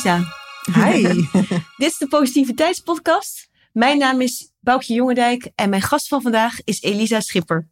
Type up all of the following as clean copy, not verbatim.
Elisa. Hi. Dit is de Positiviteitspodcast. Mijn naam is Boukje Jongendijk en mijn gast van vandaag is Elisa Schipper.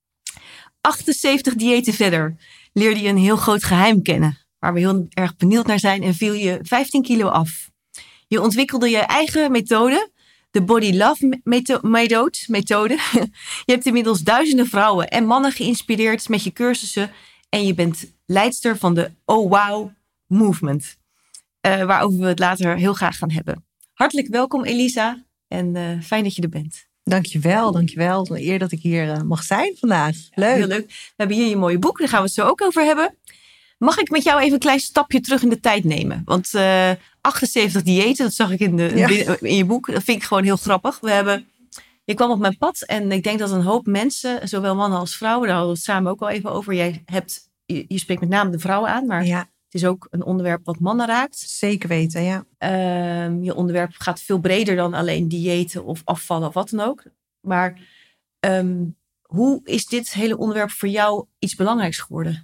78 diëten verder leerde je een heel groot geheim kennen, waar we heel erg benieuwd naar zijn en viel je 15 kilo af. Je ontwikkelde je eigen methode, de Body Love methode. Je hebt inmiddels duizenden vrouwen en mannen geïnspireerd met je cursussen en je bent leidster van de Oh Wow Movement, waarover we het later heel graag gaan hebben. Hartelijk welkom Elisa en fijn dat je er bent. Dankjewel. Een eer dat ik hier mag zijn vandaag. Leuk. Heel leuk. We hebben hier je mooie boek, daar gaan we het zo ook over hebben. Mag ik met jou even een klein stapje terug in de tijd nemen? Want 78 diëten, dat zag ik in je boek. Dat vind ik gewoon heel grappig. Je kwam op mijn pad en ik denk dat een hoop mensen, zowel mannen als vrouwen, daar hadden we het samen ook al even over. Je spreekt met name de vrouwen aan, maar het is ook een onderwerp wat mannen raakt. Zeker weten, ja. Je onderwerp gaat veel breder dan alleen diëten of afvallen of wat dan ook. Maar hoe is dit hele onderwerp voor jou iets belangrijks geworden?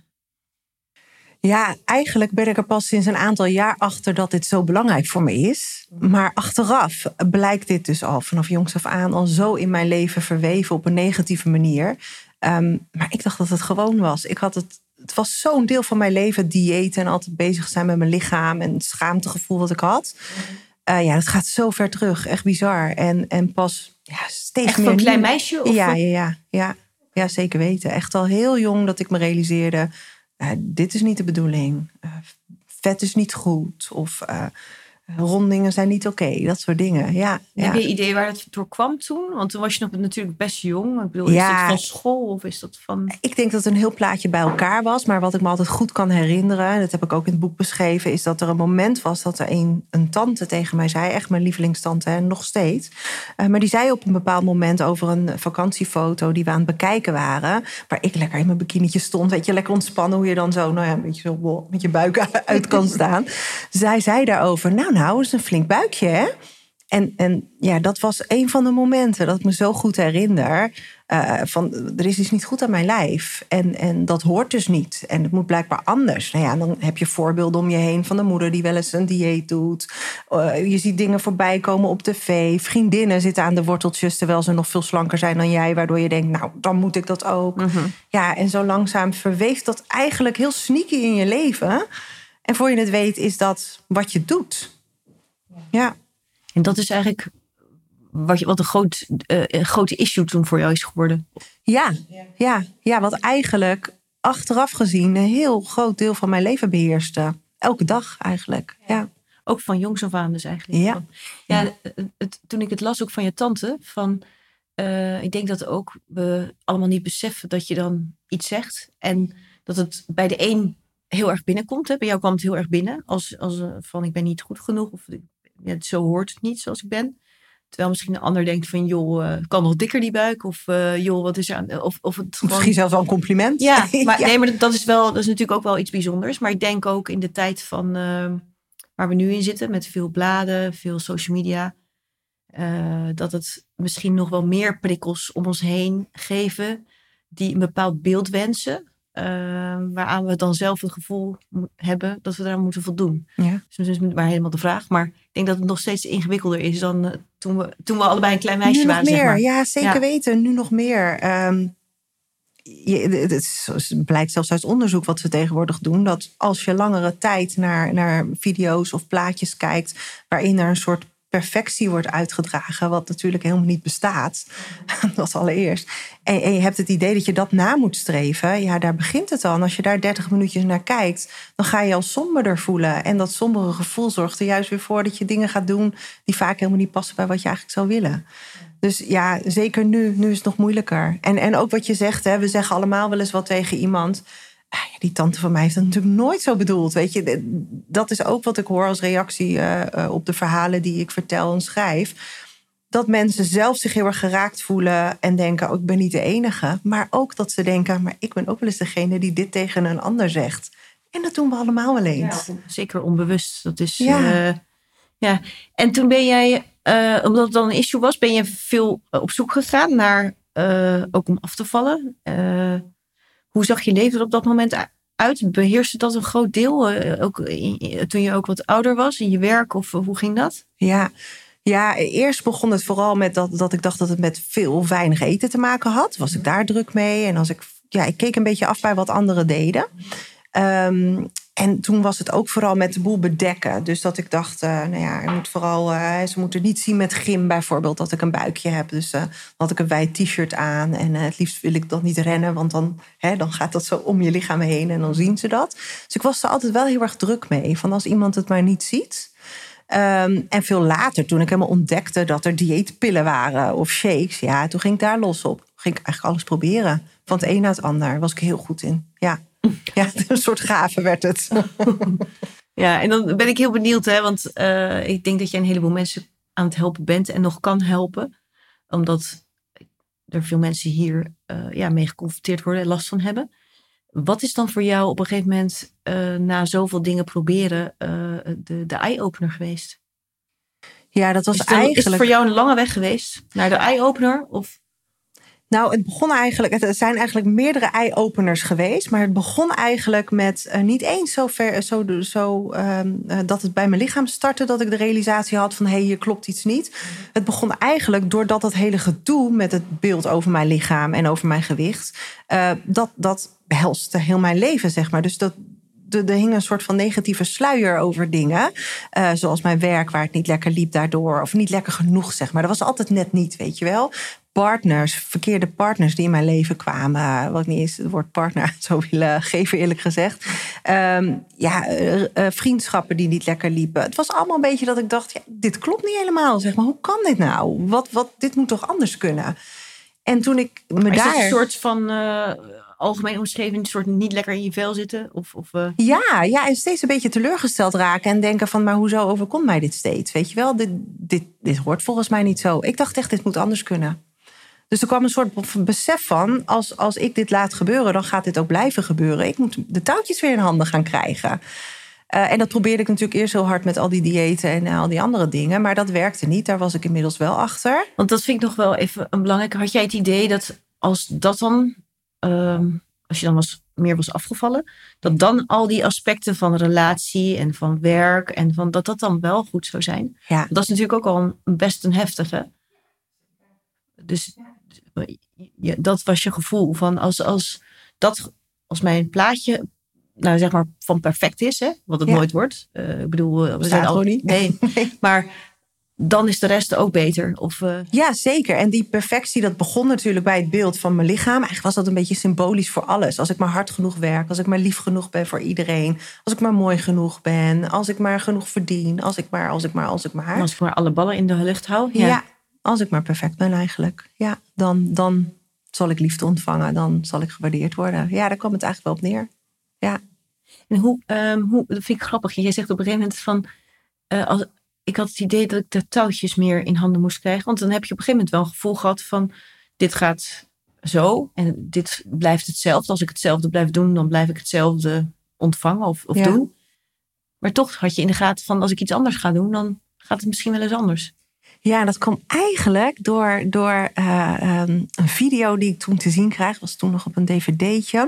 Ja, eigenlijk ben ik er pas sinds een aantal jaar achter dat dit zo belangrijk voor me is. Maar achteraf blijkt dit dus al vanaf jongs af aan al zo in mijn leven verweven op een negatieve manier. Maar ik dacht dat het gewoon was. Het was zo'n deel van mijn leven, diëten en altijd bezig zijn met mijn lichaam en het schaamtegevoel wat ik had. Dat gaat zo ver terug. Echt bizar. En pas steeds echt meer. Echt een klein meisje? Of Ja, zeker weten. Echt al heel jong dat ik me realiseerde, dit is niet de bedoeling. Vet is niet goed. Of rondingen zijn niet oké. Dat soort dingen. Ja. Heb je idee waar het door kwam toen? Want toen was je nog natuurlijk best jong. Ik bedoel, is dat van school of is dat van... Ik denk dat het een heel plaatje bij elkaar was. Maar wat ik me altijd goed kan herinneren, en dat heb ik ook in het boek beschreven, is dat er een moment was dat er een tante tegen mij zei, echt mijn lievelingstante en nog steeds. Maar die zei op een bepaald moment over een vakantiefoto die we aan het bekijken waren, waar ik lekker in mijn bikinietje stond, weet je, lekker ontspannen, hoe je dan zo, een beetje zo met je buik uit kan staan. Zij zei daarover, nou, is een flink buikje, hè? En dat was een van de momenten dat ik me zo goed herinner. Van er is iets niet goed aan mijn lijf. En dat hoort dus niet. En het moet blijkbaar anders. Dan heb je voorbeelden om je heen van de moeder die wel eens een dieet doet. Je ziet dingen voorbij komen op tv. Vriendinnen zitten aan de worteltjes terwijl ze nog veel slanker zijn dan jij. Waardoor je denkt, nou, dan moet ik dat ook. Mm-hmm. Ja, en zo langzaam verweeft dat eigenlijk heel sneaky in je leven. En voor je het weet is dat wat je doet. Ja. En dat is eigenlijk wat een grote issue toen voor jou is geworden. Ja, wat eigenlijk achteraf gezien een heel groot deel van mijn leven beheerste. Elke dag eigenlijk, ja. Ook van jongs af aan dus eigenlijk. Toen ik het las ook van je tante, ik denk dat ook we allemaal niet beseffen dat je dan iets zegt. En dat het bij de een heel erg binnenkomt. Hè? Bij jou kwam het heel erg binnen. Als van ik ben niet goed genoeg of zo hoort het niet zoals ik ben. Terwijl misschien een ander denkt van het kan nog dikker die buik. Of wat is er aan... Of het gewoon... Misschien zelfs wel een compliment. Ja, maar nee, maar dat is natuurlijk ook wel iets bijzonders. Maar ik denk ook in de tijd van waar we nu in zitten, met veel bladen, veel social media, dat het misschien nog wel meer prikkels om ons heen geven die een bepaald beeld wensen. Waaraan we dan zelf het gevoel hebben dat we daar moeten voldoen. Ja. Dus dat is maar helemaal de vraag. Maar ik denk dat het nog steeds ingewikkelder is dan toen we allebei een klein meisje nu waren. Nog meer. Zeg maar. Ja, zeker weten. Nu nog meer. Het blijkt zelfs uit onderzoek wat we tegenwoordig doen, dat als je langere tijd naar video's of plaatjes kijkt waarin er een soort perfectie wordt uitgedragen, wat natuurlijk helemaal niet bestaat. Dat is allereerst. En je hebt het idee dat je dat na moet streven. Ja, daar begint het al. En als je daar 30 minuutjes naar kijkt, dan ga je al somberder voelen. En dat sombere gevoel zorgt er juist weer voor dat je dingen gaat doen die vaak helemaal niet passen bij wat je eigenlijk zou willen. Dus ja, zeker nu is het nog moeilijker. En ook wat je zegt, hè, we zeggen allemaal wel eens wat tegen iemand. Die tante van mij heeft dat natuurlijk nooit zo bedoeld. Weet je, dat is ook wat ik hoor als reactie op de verhalen die ik vertel en schrijf. Dat mensen zelf zich heel erg geraakt voelen en denken, ik ben niet de enige. Maar ook dat ze denken, maar ik ben ook wel eens degene die dit tegen een ander zegt. En dat doen we allemaal wel eens. Ja, zeker onbewust. Dat is, ja. En toen ben jij, omdat het dan een issue was, ben je veel op zoek gegaan naar, ook om af te vallen. Hoe zag je leven er op dat moment uit? Beheerste dat een groot deel? Toen je ook wat ouder was in je werk? Of hoe ging dat? Ja, eerst begon het vooral met dat ik dacht dat het met veel weinig eten te maken had. Was ik daar druk mee? En ik keek een beetje af bij wat anderen deden. En toen was het ook vooral met de boel bedekken. Dus dat ik dacht, er moet vooral, ze moeten niet zien met gym bijvoorbeeld dat ik een buikje heb. Dus dan had ik een wijd t-shirt aan. En het liefst wil ik dat niet rennen, want dan gaat dat zo om je lichaam heen en dan zien ze dat. Dus ik was er altijd wel heel erg druk mee. Van als iemand het maar niet ziet. En veel later, toen ik helemaal ontdekte dat er dieetpillen waren of shakes. Ja, toen ging ik daar los op. Ging ik eigenlijk alles proberen. Van het een naar het ander. Daar was ik heel goed in. Ja, een soort gave werd het. Ja, en dan ben ik heel benieuwd. Want ik denk dat je een heleboel mensen aan het helpen bent. En nog kan helpen. Omdat er veel mensen hier mee geconfronteerd worden en last van hebben. Wat is dan voor jou op een gegeven moment na zoveel dingen proberen de eye-opener geweest? Ja, dat was Is het voor jou een lange weg geweest naar de eye-opener? Of? Nou, het zijn eigenlijk meerdere eye-openers geweest. Maar het begon eigenlijk met niet eens dat het bij mijn lichaam startte. Dat ik de realisatie had van, hier klopt iets niet. Het begon eigenlijk doordat dat hele gedoe met het beeld over mijn lichaam en over mijn gewicht. Dat behelste heel mijn leven, zeg maar. Dus er hing een soort van negatieve sluier over dingen. Zoals mijn werk, waar het niet lekker liep daardoor. Of niet lekker genoeg, zeg maar. Dat was altijd net niet, weet je wel. Verkeerde partners die in mijn leven kwamen. Wat ik niet eens het woord partner zou willen geven, eerlijk gezegd. Vriendschappen die niet lekker liepen. Het was allemaal een beetje dat ik dacht, dit klopt niet helemaal. Zeg maar, hoe kan dit nou? Dit moet toch anders kunnen? En toen ik me is daar... het een soort van algemeen omschreven, een soort niet lekker in je vel zitten? Ja, en steeds een beetje teleurgesteld raken en denken van, maar hoezo overkomt mij dit steeds? Weet je wel, dit hoort volgens mij niet zo. Ik dacht echt, dit moet anders kunnen. Dus er kwam een soort besef van, als ik dit laat gebeuren, dan gaat dit ook blijven gebeuren. Ik moet de touwtjes weer in handen gaan krijgen. En dat probeerde ik natuurlijk eerst heel hard met al die diëten en al die andere dingen. Maar dat werkte niet, daar was ik inmiddels wel achter. Want dat vind ik nog wel even een belangrijke. Had jij het idee dat als dat dan, als je dan meer was afgevallen, dat dan al die aspecten van relatie en van werk en van dat dan wel goed zou zijn? Ja. Dat is natuurlijk ook al best een heftige. Dus dat was je gevoel van als mijn plaatje, nou zeg maar van perfect is, hè, wat het nooit wordt. Ik bedoel, we zijn al niet. Nee, maar dan is de rest ook beter. Ja, zeker. En die perfectie, dat begon natuurlijk bij het beeld van mijn lichaam. Eigenlijk was dat een beetje symbolisch voor alles. Als ik maar hard genoeg werk, als ik maar lief genoeg ben voor iedereen, als ik maar mooi genoeg ben, als ik maar genoeg verdien, als ik maar. Als ik maar alle ballen in de lucht hou. Ja, als ik maar perfect ben eigenlijk. Ja, dan zal ik liefde ontvangen, dan zal ik gewaardeerd worden. Ja, daar kwam het eigenlijk wel op neer. Ja. En hoe dat vind ik grappig. Jij zegt op een gegeven moment van, ik had het idee dat ik de touwtjes meer in handen moest krijgen. Want dan heb je op een gegeven moment wel een gevoel gehad van, dit gaat zo en dit blijft hetzelfde. Als ik hetzelfde blijf doen, dan blijf ik hetzelfde ontvangen of doen. Maar toch had je in de gaten van, als ik iets anders ga doen, dan gaat het misschien wel eens anders. Ja, dat kwam eigenlijk door een video die ik toen te zien kreeg. Was toen nog op een dvd'tje.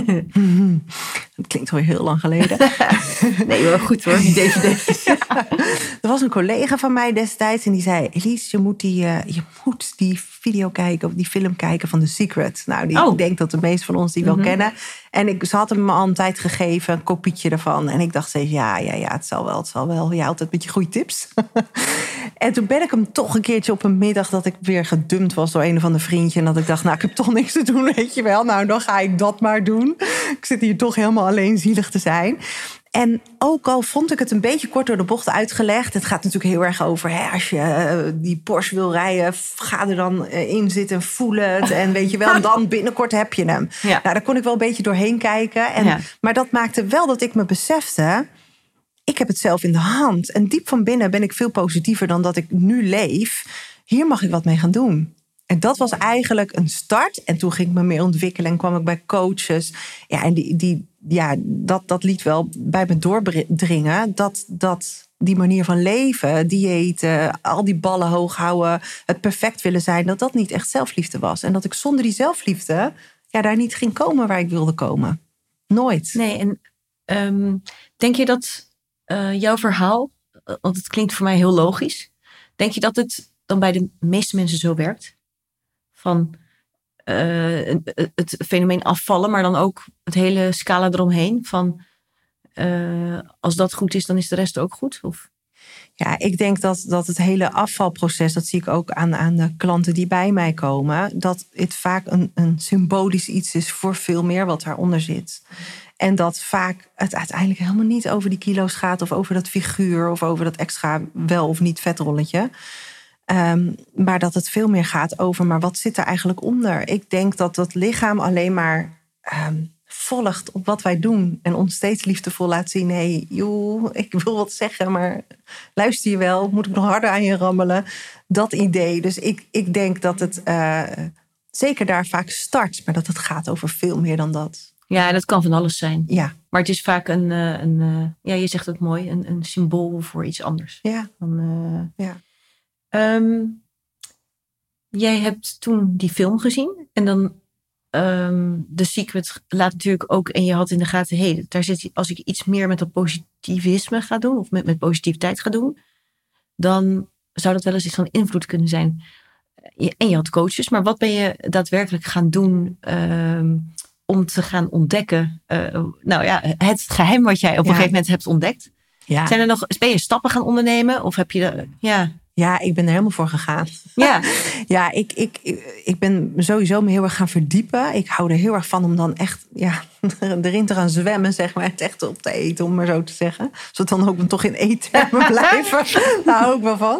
Dat klinkt alweer heel lang geleden. Nee hoor, goed hoor, die dvd's. Ja. Er was een collega van mij destijds en die zei, Elise, je moet die video kijken, of die film kijken van The Secret. Nou, ik denk dat de meesten van ons die wel kennen. En ze had hem me al een tijd gegeven, een kopietje ervan. En ik dacht steeds, ja, het zal wel. Ja, altijd met je goede tips. En toen ben ik hem toch een keertje op een middag dat ik weer gedumpt was door een of ander vriendje. En dat ik dacht, ik heb toch niks te doen, weet je wel. Nou, dan ga ik dat maar doen. Ik zit hier toch helemaal alleen zielig te zijn. En ook al vond ik het een beetje kort door de bocht uitgelegd. Het gaat natuurlijk heel erg over, als je die Porsche wil rijden, ga er dan in zitten, voel het. En weet je wel, dan binnenkort heb je hem. Ja. Nou, daar kon ik wel een beetje doorheen kijken. Maar dat maakte wel dat ik me besefte, ik heb het zelf in de hand. En diep van binnen ben ik veel positiever dan dat ik nu leef. Hier mag ik wat mee gaan doen. En dat was eigenlijk een start. En toen ging ik me meer ontwikkelen en kwam ik bij coaches. Ja, en dat liet wel bij me doordringen. Dat die manier van leven, diëten, al die ballen hoog houden, het perfect willen zijn, dat niet echt zelfliefde was. En dat ik zonder die zelfliefde daar niet ging komen waar ik wilde komen. Nooit. Nee, en denk je dat jouw verhaal, want het klinkt voor mij heel logisch, denk je dat het dan bij de meeste mensen zo werkt? Van het fenomeen afvallen, maar dan ook het hele scala eromheen. Van als dat goed is, dan is de rest ook goed? Of? Ja, ik denk dat het hele afvalproces, dat zie ik ook aan de klanten die bij mij komen, dat het vaak een symbolisch iets is voor veel meer wat daaronder zit. En dat vaak het uiteindelijk helemaal niet over die kilo's gaat of over dat figuur of over dat extra wel of niet vetrolletje. Maar dat het veel meer gaat over, maar wat zit er eigenlijk onder? Ik denk dat dat lichaam alleen maar volgt op wat wij doen. En ons steeds liefdevol laat zien. Hey, joh, ik wil wat zeggen, maar luister je wel? Moet ik nog harder aan je rammelen? Dat idee. Dus ik denk dat het zeker daar vaak start. Maar dat het gaat over veel meer dan dat. Ja, dat kan van alles zijn. Ja. Maar het is vaak je zegt het mooi, een symbool voor iets anders. Ja. Ja. Jij hebt toen die film gezien. En dan The Secret laat natuurlijk ook, en je had in de gaten, daar zit, als ik iets meer met dat positivisme ga doen, of met positiviteit ga doen, dan zou dat wel eens iets van invloed kunnen zijn. En je had coaches, maar wat ben je daadwerkelijk gaan doen om te gaan ontdekken? Het geheim wat jij op een gegeven moment hebt ontdekt. Ja. Ben je stappen gaan ondernemen? Of heb je Ja, ik ben er helemaal voor gegaan. Ja, ja, ik ben sowieso me heel erg gaan verdiepen. Ik hou er heel erg van om dan echt erin te gaan zwemmen, zeg maar. Het echt op te eten, om maar zo te zeggen. Zodat dan ook toch in eettermen blijven. Daar hou ik wel van.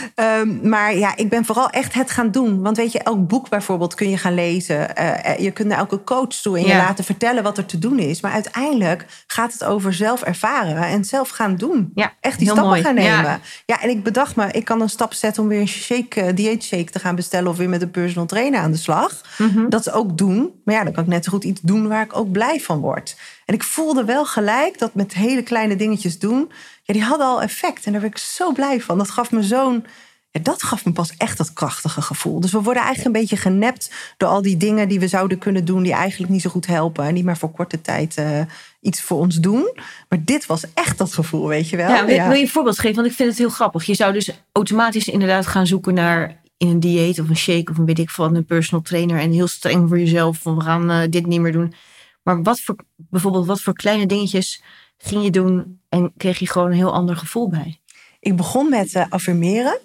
Maar ja, ik ben vooral echt het gaan doen. Want weet je, elk boek bijvoorbeeld kun je gaan lezen. Je kunt naar elke coach toe en je laten vertellen wat er te doen is. Maar uiteindelijk gaat het over zelf ervaren en zelf gaan doen. Ja, echt die stappen gaan nemen. Ja, en ik bedacht me, ik kan een stap zetten om weer een dieetshake te gaan bestellen of weer met een personal trainer aan de slag. Mm-hmm. Dat ook doen. Maar ja, dan kan ik net zo goed iets doen waar ik ook blij van word. En ik voelde wel gelijk dat met hele kleine dingetjes doen, die hadden al effect. En daar werd ik zo blij van. Dat gaf me dat gaf me pas echt dat krachtige gevoel. Dus we worden eigenlijk een beetje genept door al die dingen die we zouden kunnen doen, die eigenlijk niet zo goed helpen en die maar voor korte tijd iets voor ons doen. Maar dit was echt dat gevoel, weet je wel. Ja, wil je een voorbeeld geven? Want ik vind het heel grappig. Je zou dus automatisch inderdaad gaan zoeken naar in een dieet of een shake of een personal trainer en heel streng voor jezelf van we gaan dit niet meer doen. Maar wat voor kleine dingetjes ging je doen en kreeg je gewoon een heel ander gevoel bij? Ik begon met affirmeren.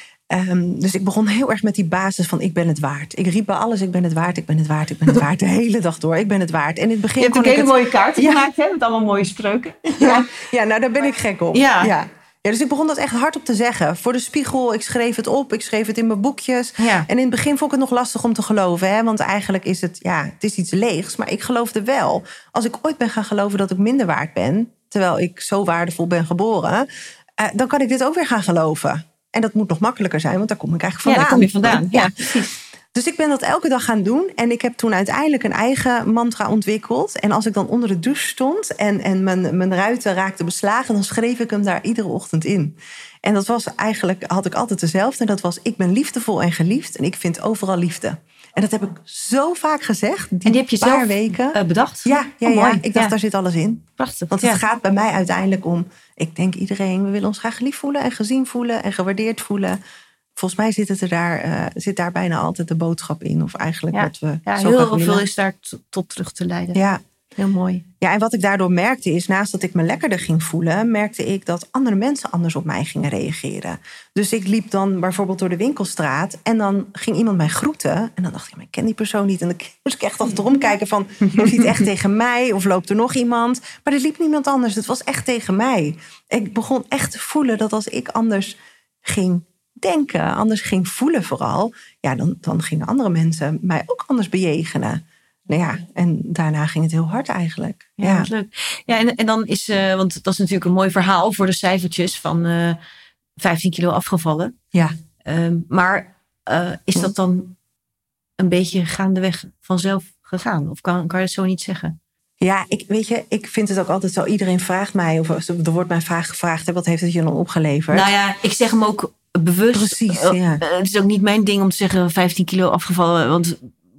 Dus ik begon heel erg met die basis van ik ben het waard. Ik riep bij alles, ik ben het waard, ik ben het waard, ik ben het waard. De hele dag door, ik ben het waard. En in het begin je hebt ook hele mooie kaarten gemaakt, hè? Met allemaal mooie spreuken. Ja, nou daar ben ik gek op. Ja, dus ik begon dat echt hardop te zeggen. Voor de spiegel, ik schreef het op, ik schreef het in mijn boekjes. Ja. En in het begin vond ik het nog lastig om te geloven. Hè? Want eigenlijk is het is iets leegs. Maar ik geloofde wel. Als ik ooit ben gaan geloven dat ik minder waard ben, terwijl ik zo waardevol ben geboren, dan kan ik dit ook weer gaan geloven. En dat moet nog makkelijker zijn, want daar kom ik eigenlijk vandaan. Ja, daar kom je vandaan. Ja, precies. Dus ik ben dat elke dag gaan doen. En ik heb toen uiteindelijk een eigen mantra ontwikkeld. En als ik dan onder de douche stond en mijn ruiten raakten beslagen, dan schreef ik hem daar iedere ochtend in. En dat was eigenlijk, had ik altijd dezelfde. En dat was, ik ben liefdevol en geliefd. En ik vind overal liefde. En dat heb ik zo vaak gezegd. En die heb je paar zelf weken bedacht? Ja. Ik dacht, daar zit alles in. Prachtig. Want het gaat bij mij uiteindelijk om, ik denk iedereen, we willen ons graag geliefd voelen en gezien voelen en gewaardeerd voelen. Volgens mij zit daar bijna altijd de boodschap in. Of eigenlijk wat we zo heel veel is daar tot terug te leiden. Ja. Heel mooi. Ja, en wat ik daardoor merkte is, naast dat ik me lekkerder ging voelen, merkte ik dat andere mensen anders op mij gingen reageren. Dus ik liep dan bijvoorbeeld door de winkelstraat en dan ging iemand mij groeten. En dan dacht ik, maar ik ken die persoon niet. En dan moest ik echt achterom kijken van, loopt hij echt tegen mij? Of loopt er nog iemand? Maar er liep niemand anders. Het was echt tegen mij. Ik begon echt te voelen dat als ik anders ging denken, anders ging voelen vooral, dan gingen andere mensen mij ook anders bejegenen. Nou ja, en daarna ging het heel hard eigenlijk. Ja, leuk. Ja, en dan is, want dat is natuurlijk een mooi verhaal voor de cijfertjes van 15 kilo afgevallen. Ja. Maar is dat dan een beetje gaandeweg vanzelf gegaan? Of kan je het zo niet zeggen? Ja, ik vind het ook altijd zo. Iedereen vraagt mij, of er wordt mij vaak gevraagd, wat heeft het je dan opgeleverd? Nou ja, ik zeg hem ook bewust. Precies, ja. Het is ook niet mijn ding om te zeggen 15 kilo afgevallen, want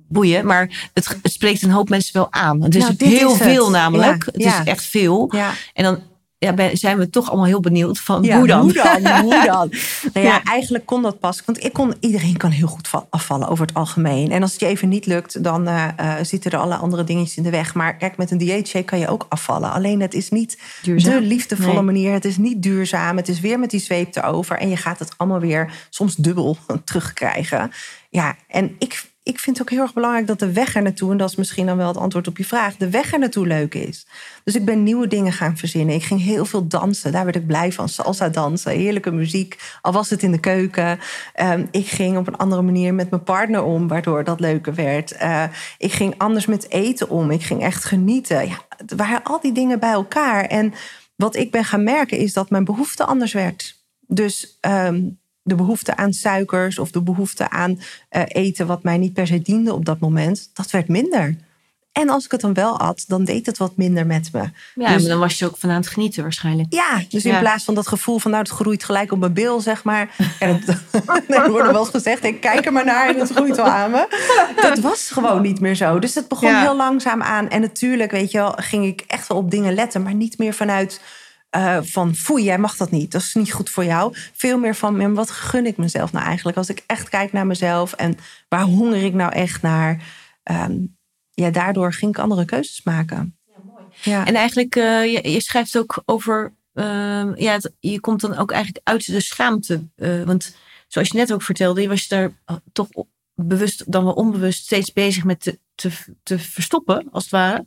boeien. Maar het spreekt een hoop mensen wel aan. Het is Nou, heel is veel het. namelijk. Ja, Het ja. is echt veel. Ja. En dan zijn we toch allemaal heel benieuwd van Ja, hoe dan? Hoe dan? Nou ja, Ja. eigenlijk kon dat pas. Want iedereen kan heel goed afvallen over het algemeen. En als het je even niet lukt, dan zitten er alle andere dingetjes in de weg. Maar kijk, met een dieetshake kan je ook afvallen. Alleen het is niet Duurzaam. de liefdevolle Nee. manier. Het is niet duurzaam. Het is weer met die zweep erover. En je gaat het allemaal weer soms dubbel terugkrijgen. Ja, en ik vind het ook heel erg belangrijk dat de weg er naartoe... en dat is misschien dan wel het antwoord op je vraag... de weg er naartoe leuk is. Dus ik ben nieuwe dingen gaan verzinnen. Ik ging heel veel dansen. Daar werd ik blij van. Salsa dansen, heerlijke muziek. Al was het in de keuken. Ik ging op een andere manier met mijn partner om... waardoor dat leuker werd. Ik ging anders met eten om. Ik ging echt genieten. Ja, het waren al die dingen bij elkaar. En wat ik ben gaan merken is dat mijn behoefte anders werd. Dus... de behoefte aan suikers of de behoefte aan eten... wat mij niet per se diende op dat moment, dat werd minder. En als ik het dan wel at, dan deed het wat minder met me. Ja, dus, maar dan was je ook van aan het genieten waarschijnlijk. ja, dus in plaats van dat gevoel van... nou, het groeit gelijk op mijn bil, zeg maar. En er wordt wel eens gezegd, ik kijk er maar naar en het groeit wel aan me. Dat was gewoon niet meer zo. Dus het begon heel langzaam aan. En natuurlijk, weet je wel, ging ik echt wel op dingen letten... maar niet meer vanuit... van foei, jij mag dat niet, dat is niet goed voor jou. Veel meer van, wat gun ik mezelf nou eigenlijk? Als ik echt kijk naar mezelf en waar honger ik nou echt naar? Daardoor ging ik andere keuzes maken. Ja, mooi. Ja. En eigenlijk, je schrijft ook over... je komt dan ook eigenlijk uit de schaamte. Want zoals je net ook vertelde, je was daar toch bewust dan wel onbewust steeds bezig met te verstoppen, als het ware.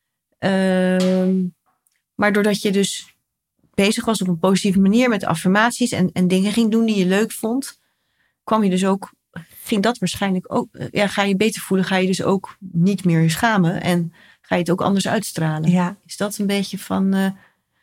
Maar doordat je dus bezig was op een positieve manier met affirmaties en dingen ging doen die je leuk vond, kwam je dus ook, ging dat waarschijnlijk ook, ga je beter voelen, ga je dus ook niet meer schamen en ga je het ook anders uitstralen. Ja. Is dat een beetje van,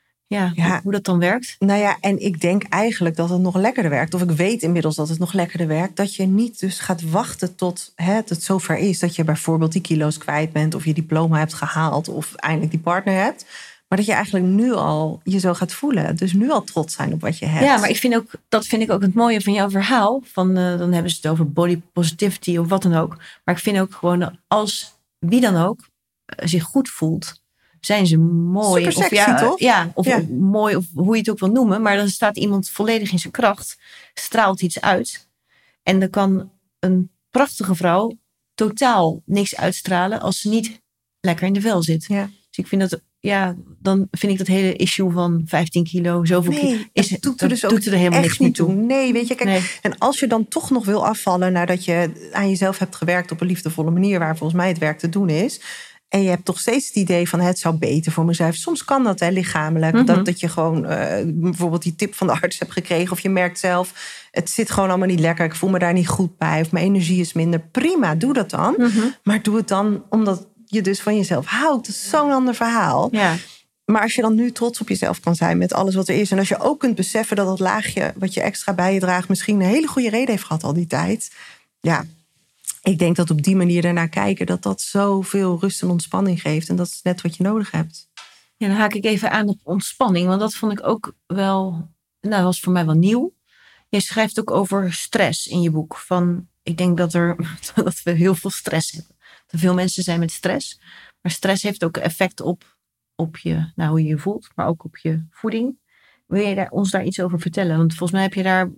hoe dat dan werkt? Nou ja, en ik denk eigenlijk dat het nog lekkerder werkt. Of ik weet inmiddels dat het nog lekkerder werkt. Dat je niet dus gaat wachten tot het zover is. Dat je bijvoorbeeld die kilo's kwijt bent. Of je diploma hebt gehaald. Of eindelijk die partner hebt. Maar dat je eigenlijk nu al je zo gaat voelen. Dus nu al trots zijn op wat je hebt. Ja, maar dat vind ik ook het mooie van jouw verhaal. Dan hebben ze het over body positivity of wat dan ook. Maar ik vind ook gewoon dat als wie dan ook zich goed voelt, zijn ze mooi. Super sexy, toch? Ja, mooi, of hoe je het ook wil noemen. Maar dan staat iemand volledig in zijn kracht. Straalt iets uit. En dan kan een prachtige vrouw totaal niks uitstralen als ze niet lekker in de vel zit. Ja. Dus ik vind dat, dan vind ik dat hele issue van 15 kilo, zoveel kilo. Dat doet er helemaal niks meer toe. Nee, weet je, kijk. En als je dan toch nog wil afvallen nadat je aan jezelf hebt gewerkt op een liefdevolle manier, waar volgens mij het werk te doen is. En je hebt toch steeds het idee van het zou beter voor mezelf. Soms kan dat lichamelijk. Mm-hmm. Dat je gewoon bijvoorbeeld die tip van de arts hebt gekregen. Of je merkt zelf, het zit gewoon allemaal niet lekker. Ik voel me daar niet goed bij. Of mijn energie is minder. Prima, doe dat dan. Mm-hmm. Maar doe het dan omdat je dus van jezelf houdt. Dat is zo'n ander verhaal. Ja. Maar als je dan nu trots op jezelf kan zijn met alles wat er is. En als je ook kunt beseffen dat dat laagje wat je extra bij je draagt misschien een hele goede reden heeft gehad al die tijd. Ja. Ik denk dat op die manier ernaar kijken, dat zoveel rust en ontspanning geeft. En dat is net wat je nodig hebt. Ja, dan haak ik even aan op ontspanning. Want dat vond ik ook wel, was voor mij wel nieuw. Je schrijft ook over stress in je boek. Ik denk dat we heel veel stress hebben. Dat veel mensen zijn met stress. Maar stress heeft ook effect op je, hoe je je voelt. Maar ook op je voeding. Wil je ons daar iets over vertellen? Want volgens mij heb je daar,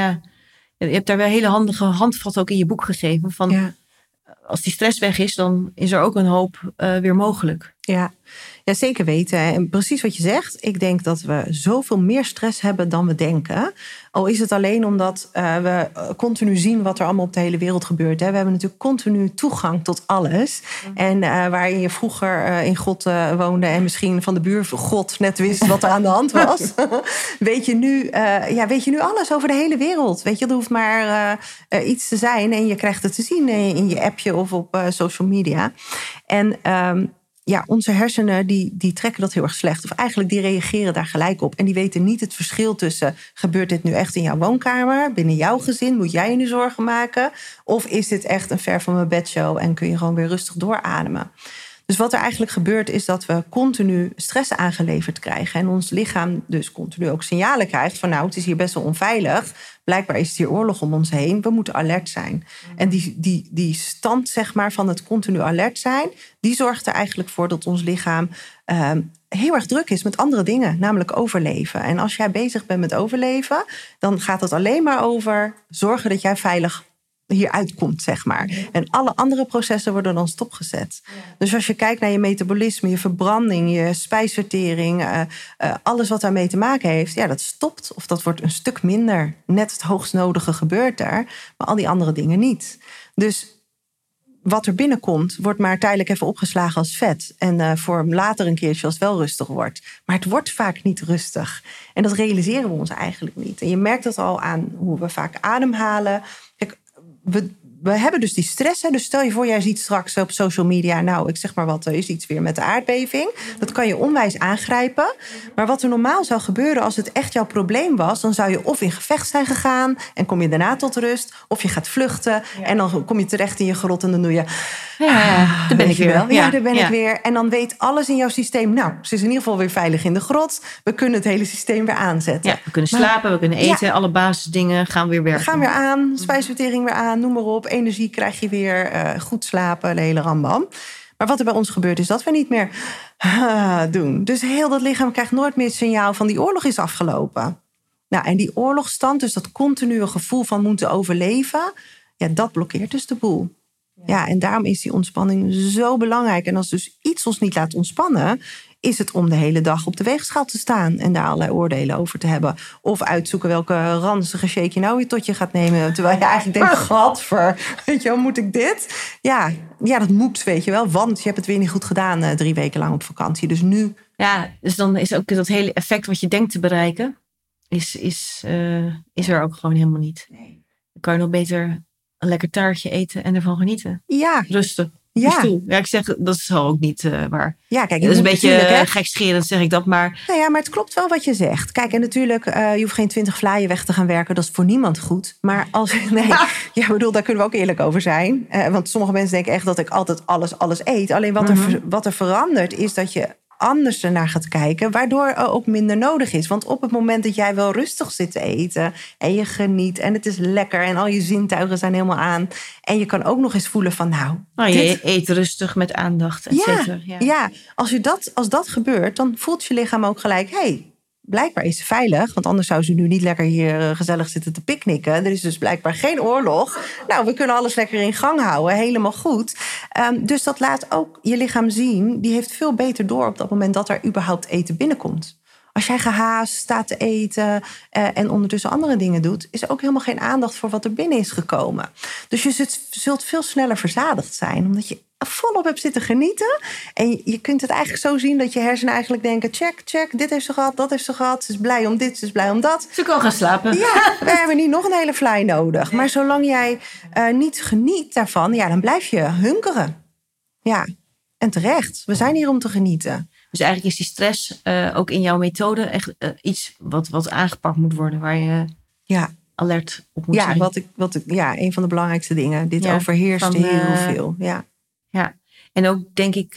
je hebt daar wel hele handige handvatten ook in je boek gegeven. Als die stress weg is, dan is er ook een hoop weer mogelijk. Ja, zeker weten. En precies wat je zegt. Ik denk dat we zoveel meer stress hebben dan we denken. Al is het alleen omdat we continu zien wat er allemaal op de hele wereld gebeurt. We hebben natuurlijk continu toegang tot alles. En waarin je vroeger in God woonde en misschien van de buurgod net wist wat er aan de hand was. weet je nu alles over de hele wereld. Weet je, er hoeft maar iets te zijn en je krijgt het te zien in je appje of op social media. En onze hersenen die trekken dat heel erg slecht. Of eigenlijk die reageren daar gelijk op. En die weten niet het verschil tussen, gebeurt dit nu echt in jouw woonkamer? Binnen jouw gezin? Moet jij je nu zorgen maken? Of is dit echt een ver van mijn bedshow en kun je gewoon weer rustig doorademen? Dus wat er eigenlijk gebeurt is dat we continu stress aangeleverd krijgen. En ons lichaam dus continu ook signalen krijgt van nou, het is hier best wel onveilig. Blijkbaar is het hier oorlog om ons heen. We moeten alert zijn. En die stand zeg maar van het continu alert zijn, die zorgt er eigenlijk voor dat ons lichaam heel erg druk is met andere dingen, namelijk overleven. En als jij bezig bent met overleven, dan gaat het alleen maar over zorgen dat jij veilig hieruit komt, zeg maar. En alle andere processen worden dan stopgezet. Dus als je kijkt naar je metabolisme, je verbranding, je spijsvertering, alles wat daarmee te maken heeft, ja, dat stopt of dat wordt een stuk minder. Net het hoogst nodige gebeurt er, maar al die andere dingen niet. Dus wat er binnenkomt, wordt maar tijdelijk even opgeslagen als vet. En voor later een keertje als het wel rustig wordt. Maar het wordt vaak niet rustig. En dat realiseren we ons eigenlijk niet. En je merkt dat al aan hoe we vaak ademhalen. Kijk, we hebben dus die stress. Hè? Dus stel je voor, jij ziet straks op social media, nou, ik zeg maar wat, er is iets weer met de aardbeving. Dat kan je onwijs aangrijpen. Maar wat er normaal zou gebeuren als het echt jouw probleem was, dan zou je of in gevecht zijn gegaan en kom je daarna tot rust, of je gaat vluchten en dan kom je terecht in je grot en dan doe je, daar ben ik weer. Ja, daar ben ik weer. En dan weet alles in jouw systeem, nou, ze is in ieder geval weer veilig in de grot. We kunnen het hele systeem weer aanzetten. Ja, we kunnen slapen, we kunnen eten, alle basisdingen gaan weer werken. Gaan weer aan, spijsvertering weer aan, noem maar op. Energie krijg je weer, goed slapen, de hele rambam. Maar wat er bij ons gebeurt is dat we niet meer doen. Dus heel dat lichaam krijgt nooit meer het signaal van die oorlog is afgelopen. Nou, en die oorlogstand, dus dat continue gevoel van moeten overleven, ja, dat blokkeert dus de boel. Ja, en daarom is die ontspanning zo belangrijk. En als dus iets ons niet laat ontspannen, is het om de hele dag op de weegschaal te staan en daar allerlei oordelen over te hebben. Of uitzoeken welke ranzige shake je nou weer tot je gaat nemen. Terwijl je eigenlijk denkt, gadver, weet je wel, moet ik dit? Ja, dat moet, weet je wel. Want je hebt het weer niet goed gedaan 3 weken lang op vakantie. Dus nu. Ja, dus dan is ook dat hele effect wat je denkt te bereiken, is er ook gewoon helemaal niet. Nee. Dan kan je nog beter een lekker taartje eten en ervan genieten. Ja. Rusten. Ja. Ja, ik zeg, dat is al ook niet waar. Ja, kijk, dat is een beetje gekscherend, zeg ik dat maar. Nou ja, maar het klopt wel wat je zegt. Kijk, en natuurlijk, je hoeft geen 20 vlaaien weg te gaan werken. Dat is voor niemand goed. Maar als ja, bedoel, daar kunnen we ook eerlijk over zijn. Want sommige mensen denken echt dat ik altijd alles eet. Alleen wat er verandert, is dat je anders ernaar gaat kijken, waardoor er ook minder nodig is. Want op het moment dat jij wel rustig zit te eten en je geniet en het is lekker en al je zintuigen zijn helemaal aan en je kan ook nog eens voelen van je eet rustig met aandacht, et cetera. Ja, als dat gebeurt, dan voelt je lichaam ook gelijk, hey, blijkbaar is ze veilig, want anders zou ze nu niet lekker hier gezellig zitten te picknicken. Er is dus blijkbaar geen oorlog. Nou, we kunnen alles lekker in gang houden, helemaal goed. Dus dat laat ook je lichaam zien, die heeft veel beter door op dat moment dat er überhaupt eten binnenkomt. Als jij gehaast staat te eten en ondertussen andere dingen doet, is er ook helemaal geen aandacht voor wat er binnen is gekomen. Dus je zult veel sneller verzadigd zijn, omdat je volop hebt zitten genieten. En je kunt het eigenlijk zo zien dat je hersenen eigenlijk denken, check, dit heeft ze gehad, dat heeft ze gehad. Ze is blij om dit, ze is blij om dat. Ze kan gaan slapen. Ja, we hebben niet nog een hele fly nodig. Maar zolang jij niet geniet daarvan, ja, dan blijf je hunkeren. Ja, en terecht. We zijn hier om te genieten. Dus eigenlijk is die stress ook in jouw methode echt iets wat aangepakt moet worden, waar je alert op moet zijn. Een van de belangrijkste dingen. Dit overheerst heel veel. Ja, en ook denk ik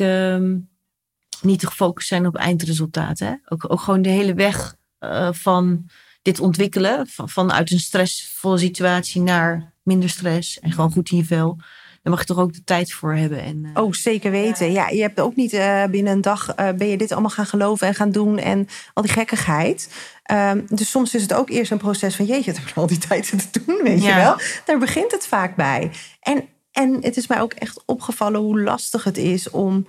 niet te gefocust zijn op eindresultaten. Hè? Ook gewoon de hele weg van dit ontwikkelen, vanuit een stressvolle situatie naar minder stress en gewoon goed in je vel. Daar mag je toch ook de tijd voor hebben. Zeker weten. Ja, je hebt ook niet binnen een dag ben je dit allemaal gaan geloven en gaan doen en al die gekkigheid. Dus soms is het ook eerst een proces van jeetje, het heb ik al die tijd te doen, weet je wel. Daar begint het vaak bij. En het is mij ook echt opgevallen hoe lastig het is om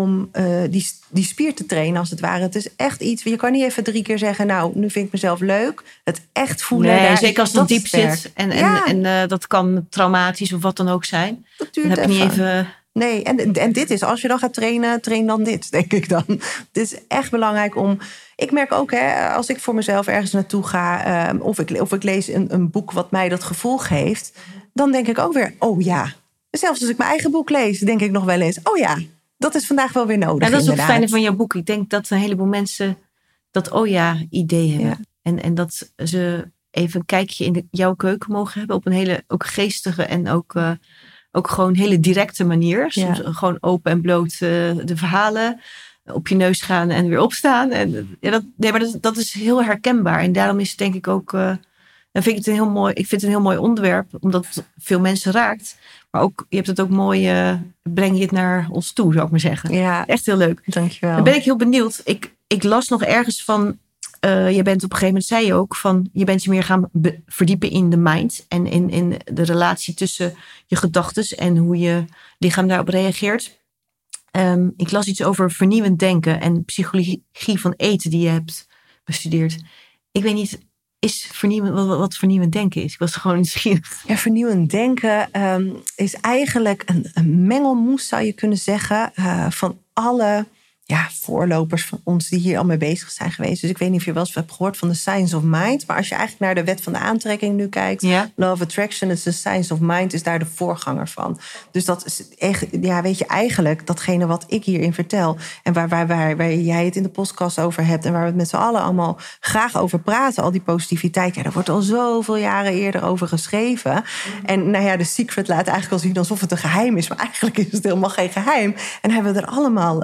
die spier te trainen, als het ware. Het is echt iets, je kan niet even 3 keer zeggen, nou, nu vind ik mezelf leuk. Het echt voelen. Nee, zeker als het diep zit. En dat kan traumatisch of wat dan ook zijn. Dat duurt dan heb je niet even. Nee, en dit is, als je dan gaat trainen, train dan dit, denk ik dan. Het is echt belangrijk om. Ik merk ook, als ik voor mezelf ergens naartoe ga, of ik lees een boek wat mij dat gevoel geeft, dan denk ik ook weer, oh ja. Zelfs als ik mijn eigen boek lees, denk ik nog wel eens, oh ja, dat is vandaag wel weer nodig. En dat is ook het fijne van jouw boek. Ik denk dat een heleboel mensen dat idee hebben. Ja. En dat ze even een kijkje in jouw keuken mogen hebben op een hele ook geestige en ook ook gewoon hele directe manier. Soms Ja. gewoon open en bloot de verhalen. Op je neus gaan en weer opstaan. En, maar dat is heel herkenbaar. En daarom is het denk ik ook... dan vind ik het ik vind het een heel mooi onderwerp. Omdat het veel mensen raakt. Maar ook, je hebt het ook mooi... breng je het naar ons toe, zou ik maar zeggen. Ja. Echt heel leuk. Dankjewel. Dan ben ik heel benieuwd. Ik las nog ergens van... je bent op een gegeven moment, zei je ook... van je bent je meer gaan verdiepen in de mind. En in de relatie tussen je gedachtes... en hoe je lichaam daarop reageert. Ik las iets over vernieuwend denken... en psychologie van eten die je hebt bestudeerd. Ik weet niet... wat vernieuwend denken is. Ik was gewoon nieuwsgierig. Ja, vernieuwend denken is eigenlijk een mengelmoes, zou je kunnen zeggen, van alle voorlopers van ons die hier al mee bezig zijn geweest. Dus ik weet niet of je wel eens hebt gehoord van de Science of Mind. Maar als je eigenlijk naar de wet van de aantrekking nu kijkt, Law of Attraction, is de Science of Mind, is daar de voorganger van. Dus dat is echt, weet je, eigenlijk datgene wat ik hierin vertel en waar jij het in de podcast over hebt en waar we het met z'n allen allemaal graag over praten, al die positiviteit. Ja, daar wordt al zoveel jaren eerder over geschreven. En de Secret laat eigenlijk al zien alsof het een geheim is, maar eigenlijk is het helemaal geen geheim. En hebben we er allemaal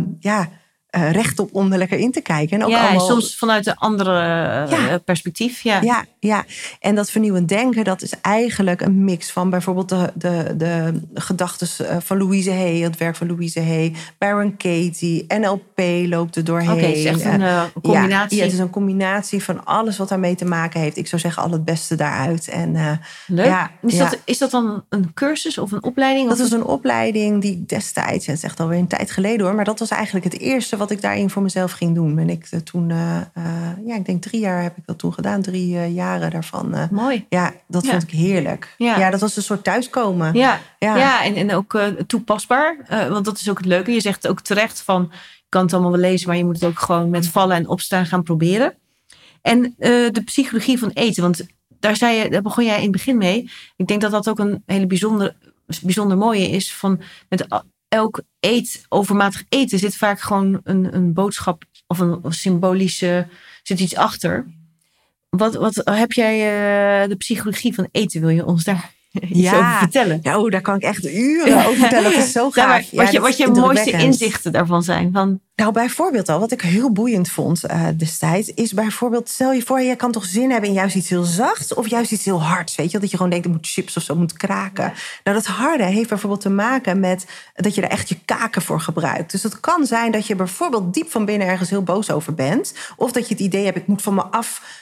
recht op om er lekker in te kijken. En ook allemaal... soms vanuit een andere perspectief. Ja. En dat vernieuwend denken, dat is eigenlijk een mix van bijvoorbeeld de gedachten van Louise Hay, het werk van Louise Hay, Byron Katie, NLP loopt er doorheen. Oké, het is echt een combinatie. Ja, het is een combinatie van alles wat daarmee te maken heeft. Ik zou zeggen, al het beste daaruit. En, leuk. Is dat dan een cursus of een opleiding? Dat is een opleiding die ik destijds, het is echt alweer een tijd geleden hoor, maar dat was eigenlijk het eerste wat ik daarin voor mezelf ging doen. Ben ik toen, ik denk 3 jaar heb ik dat toen gedaan. 3 jaren daarvan. Mooi. Ja, dat vond ik heerlijk. Ja, dat was een soort thuiskomen. Ja, en ook toepasbaar. Want dat is ook het leuke. Je zegt ook terecht van, je kan het allemaal wel lezen, maar je moet het ook gewoon met vallen en opstaan gaan proberen. En de psychologie van eten, want daar begon jij in het begin mee. Ik denk dat dat ook een hele bijzonder mooie is. Van met elk overmatig eten zit vaak gewoon een boodschap of een symbolische, zit iets achter. Wat heb jij de psychologie van eten? Wil je ons daar iets over vertellen? Ja, daar kan ik echt uren over vertellen. Dat is zo gaaf. Wat je mooiste inzichten daarvan zijn? Nou, bijvoorbeeld al, wat ik heel boeiend vond destijds, is bijvoorbeeld, stel je voor, je kan toch zin hebben in juist iets heel zachts of juist iets heel hards. Weet je, dat je gewoon denkt, er moet chips of zo moet kraken. Ja. Nou, dat harde heeft bijvoorbeeld te maken met dat je er echt je kaken voor gebruikt. Dus het kan zijn dat je bijvoorbeeld diep van binnen ergens heel boos over bent. Of dat je het idee hebt, ik moet van me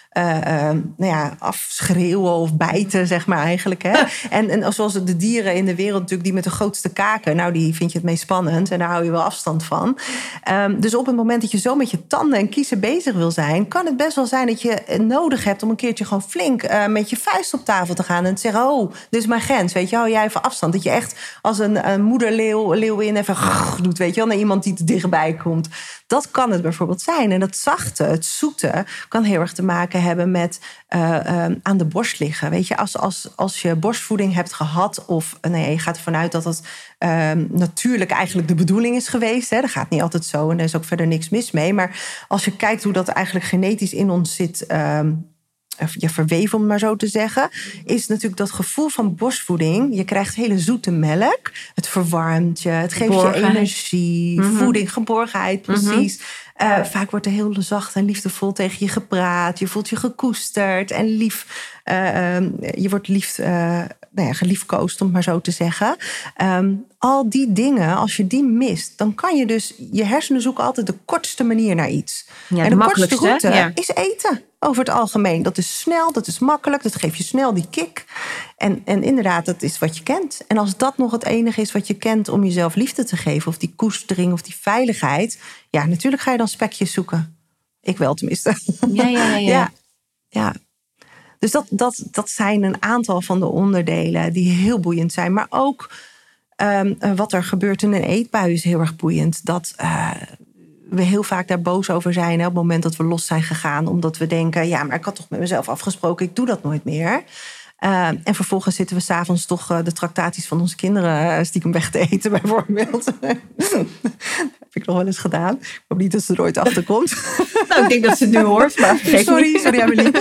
afschreeuwen of bijten, zeg maar eigenlijk. Hè? En zoals de dieren in de wereld natuurlijk, die met de grootste kaken, nou, die vind je het meest spannend en daar hou je wel afstand van. Dus op het moment dat je zo met je tanden en kiezen bezig wil zijn, kan het best wel zijn dat je nodig hebt om een keertje gewoon flink met je vuist op tafel te gaan en te zeggen, oh, dit is mijn grens, weet je, hou jij even afstand. Dat je echt als een moederleeuwin even doet, weet je wel, naar iemand die te dichtbij komt. Dat kan het bijvoorbeeld zijn. En dat zachte, het zoete, kan heel erg te maken hebben met aan de borst liggen. Weet je, als je borstvoeding hebt gehad, of je gaat ervan uit dat het natuurlijk eigenlijk de bedoeling is geweest. Hè? Dat gaat niet altijd zo en er is ook verder niks mis mee. Maar als je kijkt hoe dat eigenlijk genetisch in ons zit, verweven, om het maar zo te zeggen, is natuurlijk dat gevoel van borstvoeding. Je krijgt hele zoete melk. Het verwarmt je, het geeft je energie, voeding, geborgenheid, precies. Vaak wordt er heel zacht en liefdevol tegen je gepraat. Je voelt je gekoesterd en lief. Je wordt geliefkoosd, om het maar zo te zeggen. Al die dingen, als je die mist, dan kan je dus, je hersenen zoeken altijd de kortste manier naar iets. Ja, en de kortste route is eten. Over het algemeen. Dat is snel, dat is makkelijk, dat geeft je snel die kick. En inderdaad, dat is wat je kent. En als dat nog het enige is wat je kent om jezelf liefde te geven, of die koestering of die veiligheid, ja, natuurlijk ga je dan spekjes zoeken. Ik wel tenminste. Ja. Dus dat zijn een aantal van de onderdelen die heel boeiend zijn. Maar ook wat er gebeurt in een eetbui is heel erg boeiend. Dat we heel vaak daar boos over zijn, hè, op het moment dat we los zijn gegaan. Omdat we denken, ja, maar ik had toch met mezelf afgesproken, ik doe dat nooit meer. En vervolgens zitten we 's avonds toch de tractaties van onze kinderen stiekem weg te eten, bijvoorbeeld. Heb ik nog wel eens gedaan. Ik hoop niet dat ze er ooit achter komt. Nou, ik denk dat ze het nu hoort. Maar sorry Emily.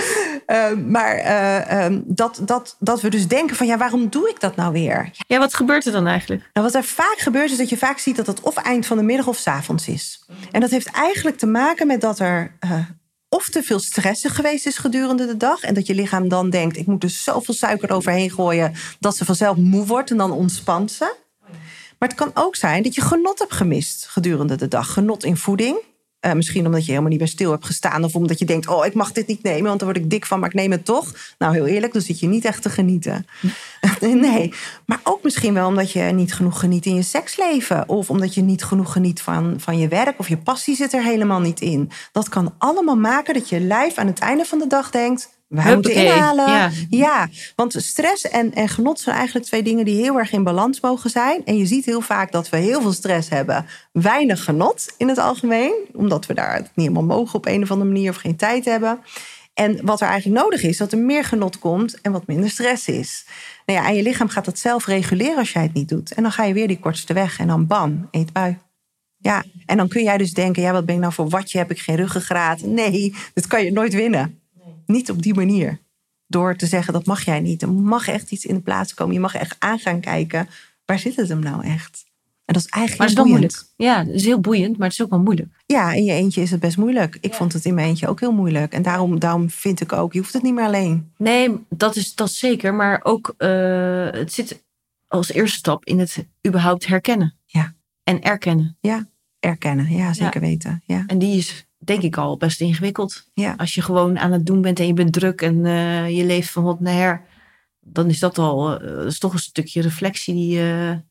Dat we dus denken van waarom doe ik dat nou weer? Ja, wat gebeurt er dan eigenlijk? Nou, wat er vaak gebeurt is dat je vaak ziet dat het of eind van de middag of 's avonds is. En dat heeft eigenlijk te maken met dat er of te veel stress geweest is gedurende de dag. En dat je lichaam dan denkt, ik moet er zoveel suiker overheen gooien dat ze vanzelf moe wordt en dan ontspant ze. Maar het kan ook zijn dat je genot hebt gemist gedurende de dag. Genot in voeding. Misschien omdat je helemaal niet bij stil hebt gestaan. Of omdat je denkt, ik mag dit niet nemen, want daar word ik dik van, maar ik neem het toch. Nou, heel eerlijk, dan zit je niet echt te genieten. Nee, maar ook misschien wel omdat je niet genoeg geniet in je seksleven. Of omdat je niet genoeg geniet van je werk. Of je passie zit er helemaal niet in. Dat kan allemaal maken dat je lijf aan het einde van de dag denkt, wij moeten inhalen. Ja, want stress en genot zijn eigenlijk 2 dingen die heel erg in balans mogen zijn. En je ziet heel vaak dat we heel veel stress hebben. Weinig genot in het algemeen. Omdat we daar niet helemaal mogen op een of andere manier of geen tijd hebben. En wat er eigenlijk nodig is, dat er meer genot komt en wat minder stress is. Nou ja, en je lichaam gaat dat zelf reguleren als jij het niet doet. En dan ga je weer die kortste weg en dan bam, eetbui. Ja, en dan kun jij dus denken, wat ben ik nou voor watje, heb ik geen ruggengraat? Nee, dat kan je nooit winnen. Niet op die manier. Door te zeggen, dat mag jij niet. Er mag echt iets in de plaats komen. Je mag echt aan gaan kijken. Waar zit het hem nou echt? En dat is eigenlijk heel boeiend. Ja, dat is heel boeiend, maar het is ook wel moeilijk. Ja, in je eentje is het best moeilijk. Ik vond het in mijn eentje ook heel moeilijk. En daarom vind ik ook, je hoeft het niet meer alleen. Nee, dat is zeker. Maar ook, het zit als eerste stap in het überhaupt herkennen. Ja. En erkennen. Ja, erkennen. Ja, zeker weten. Ja. En die is, denk ik, al best ingewikkeld. Ja. Als je gewoon aan het doen bent en je bent druk en je leeft van hot naar her, dan is dat is toch een stukje reflectie die je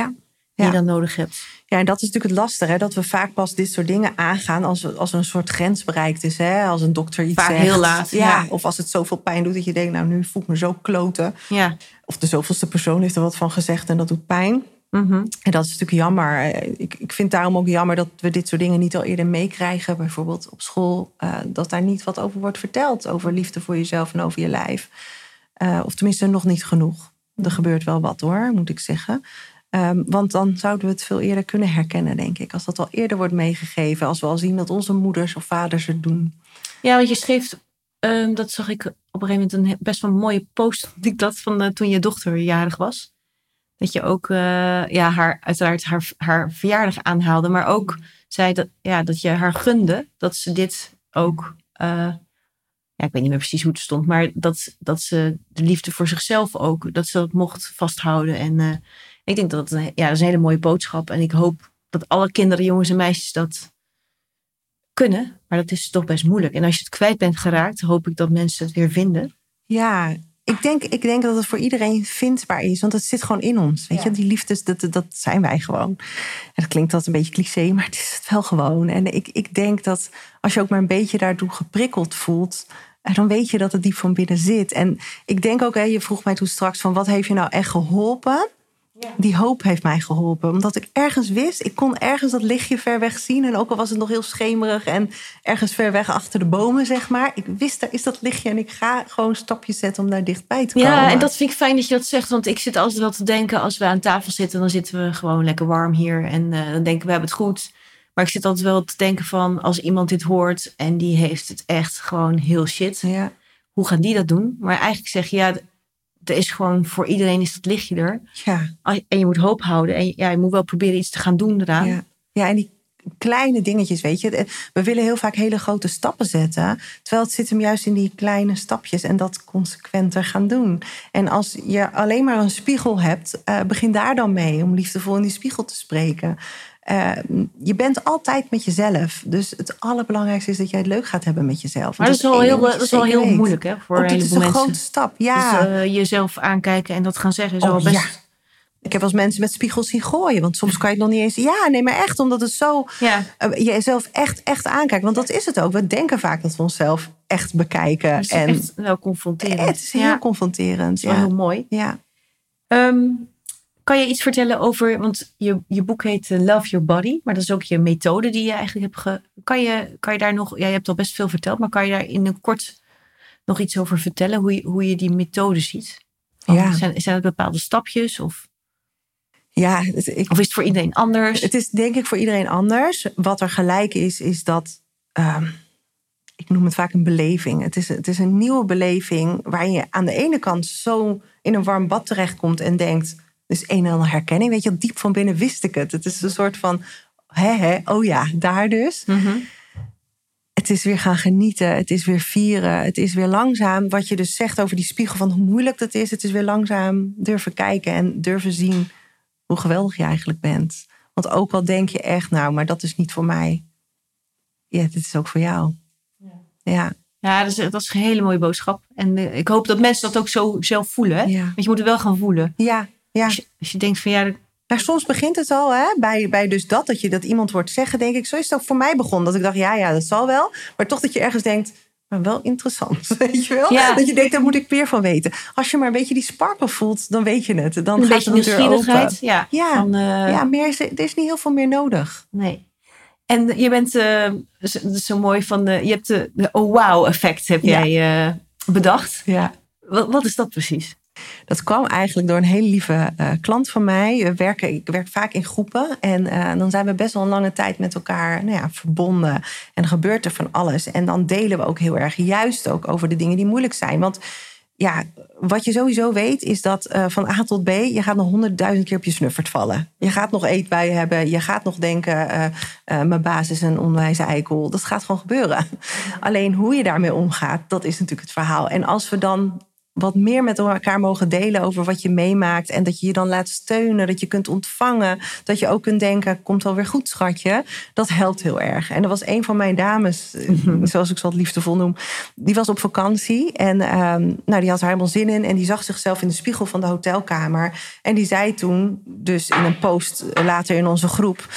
dan nodig hebt. Ja, en dat is natuurlijk het lastige, hè? Dat we vaak pas dit soort dingen aangaan als er een soort grens bereikt is. Hè? Als een dokter iets vaak zegt. Heel laat. Ja, of als het zoveel pijn doet dat je denkt, nou nu voel ik me zo kloten. Ja. Of de zoveelste persoon heeft er wat van gezegd en dat doet pijn. Mm-hmm. En dat is natuurlijk jammer. Ik vind daarom ook jammer dat we dit soort dingen niet al eerder meekrijgen. Bijvoorbeeld op school. Dat daar niet wat over wordt verteld. Over liefde voor jezelf en over je lijf. Of tenminste nog niet genoeg. Er gebeurt wel wat hoor, moet ik zeggen. Want dan zouden we het veel eerder kunnen herkennen, denk ik. Als dat al eerder wordt meegegeven. Als we al zien dat onze moeders of vaders het doen. Ja, want je schreef, dat zag ik op een gegeven moment, een best wel een mooie post. Van toen je dochter jarig was. Dat je ook uiteraard haar verjaardag aanhaalde. Maar ook zei dat je haar gunde. Dat ze dit ook, ik weet niet meer precies hoe het stond. Maar dat ze de liefde voor zichzelf ook, dat ze dat mocht vasthouden. En ik denk dat dat is een hele mooie boodschap. En ik hoop dat alle kinderen, jongens en meisjes dat kunnen. Maar dat is toch best moeilijk. En als je het kwijt bent geraakt, hoop ik dat mensen het weer vinden. Ja, ik denk dat het voor iedereen vindbaar is. Want het zit gewoon in ons. Weet je, die liefdes, dat zijn wij gewoon. En dat klinkt altijd een beetje cliché, maar het is het wel gewoon. En ik denk dat als je ook maar een beetje daartoe geprikkeld voelt, dan weet je dat het diep van binnen zit. En ik denk ook, je vroeg mij toen straks van wat heeft je nou echt geholpen? Ja. Die hoop heeft mij geholpen. Omdat ik ergens wist, ik kon ergens dat lichtje ver weg zien. En ook al was het nog heel schemerig en ergens ver weg achter de bomen, zeg maar. Ik wist, daar is dat lichtje en ik ga gewoon stapjes zetten om daar dichtbij te komen. Ja, en dat vind ik fijn dat je dat zegt. Want ik zit altijd wel te denken, als we aan tafel zitten, dan zitten we gewoon lekker warm hier. En dan denken we hebben het goed. Maar ik zit altijd wel te denken van, als iemand dit hoort en die heeft het echt gewoon heel shit. Ja. Hoe gaan die dat doen? Maar eigenlijk zeg je, er is gewoon voor iedereen is dat lichtje er. Ja. En je moet hoop houden. En je moet wel proberen iets te gaan doen eraan. Ja, en die kleine dingetjes, weet je. We willen heel vaak hele grote stappen zetten. Terwijl het zit hem juist in die kleine stapjes. En dat consequenter gaan doen. En als je alleen maar een spiegel hebt, begin daar dan mee. Om liefdevol in die spiegel te spreken. Je bent altijd met jezelf. Dus het allerbelangrijkste is dat jij het leuk gaat hebben met jezelf. Maar dat is wel heel moeilijk, hè? Voor een heleboel mensen. Dat is een grote stap, ja. Dus jezelf aankijken en dat gaan zeggen is al best... Ja. Ik heb wel eens mensen met spiegels zien gooien. Want soms kan je het nog niet eens... Ja, nee, maar echt, omdat het zo... Ja. Jezelf echt aankijkt. Want dat is het ook. We denken vaak dat we onszelf echt bekijken. Het is echt wel confronterend. Het is heel confronterend. Het is wel heel mooi. Ja. Kan je iets vertellen over... Want je boek heet Love Your Body. Maar dat is ook je methode die je eigenlijk hebt... Kan je daar nog... Ja, je hebt al best veel verteld. Maar kan je daar in een kort nog iets over vertellen? Hoe je die methode ziet? Zijn het bepaalde stapjes? Of... Ja, Of is het voor iedereen anders? Het is denk ik voor iedereen anders. Wat er gelijk is dat... ik noem het vaak een beleving. Het is een nieuwe beleving waarin je aan de ene kant zo in een warm bad terechtkomt en denkt... dus een en ander herkenning. Weet je, diep van binnen wist ik het. Het is een soort van, oh ja, daar dus. Mm-hmm. Het is weer gaan genieten. Het is weer vieren. Het is weer langzaam. Wat je dus zegt over die spiegel van hoe moeilijk dat is. Het is weer langzaam durven kijken en durven zien hoe geweldig je eigenlijk bent. Want ook al denk je echt, nou, maar dat is niet voor mij. Ja, dit is ook voor jou. Ja. Ja, dat is een hele mooie boodschap. En ik hoop dat mensen dat ook zo zelf voelen. Hè? Ja. Want je moet het wel gaan voelen. Ja. Als je denkt van ja... Nou, soms begint het al, hè? Bij dus dat iemand hoort zeggen, denk ik. Zo is het ook voor mij begonnen. Dat ik dacht, ja, dat zal wel. Maar toch dat je ergens denkt, maar wel interessant. Weet je wel? Ja. Dat je denkt, daar moet ik meer van weten. Als je maar een beetje die sparkle voelt, dan weet je het. Dan een gaat beetje de deur open. nieuwsgierigheid. Er is niet heel veel meer nodig. Nee. En je bent zo mooi van... je hebt de oh wow effect heb jij bedacht. Ja. Wat is dat precies? Dat kwam eigenlijk door een hele lieve klant van mij. Ik werk vaak in groepen. En dan zijn we best wel een lange tijd met elkaar verbonden. En er gebeurt er van alles. En dan delen we ook heel erg. Juist ook over de dingen die moeilijk zijn. Want ja, wat je sowieso weet is dat van A tot B... je gaat nog 100.000 keer op je snuffert vallen. Je gaat nog eetbuien hebben. Je gaat nog denken, mijn baas is een onwijze eikel. Dat gaat gewoon gebeuren. Alleen hoe je daarmee omgaat, dat is natuurlijk het verhaal. En als we dan wat meer met elkaar mogen delen over wat je meemaakt. En dat je je dan laat steunen, dat je kunt ontvangen. Dat je ook kunt denken, komt wel weer goed, schatje. Dat helpt heel erg. En er was een van mijn dames, zoals ik ze wat liefdevol noem. Die was op vakantie en die had er helemaal zin in. En die zag zichzelf in de spiegel van de hotelkamer. En die zei toen, dus in een post later in onze groep...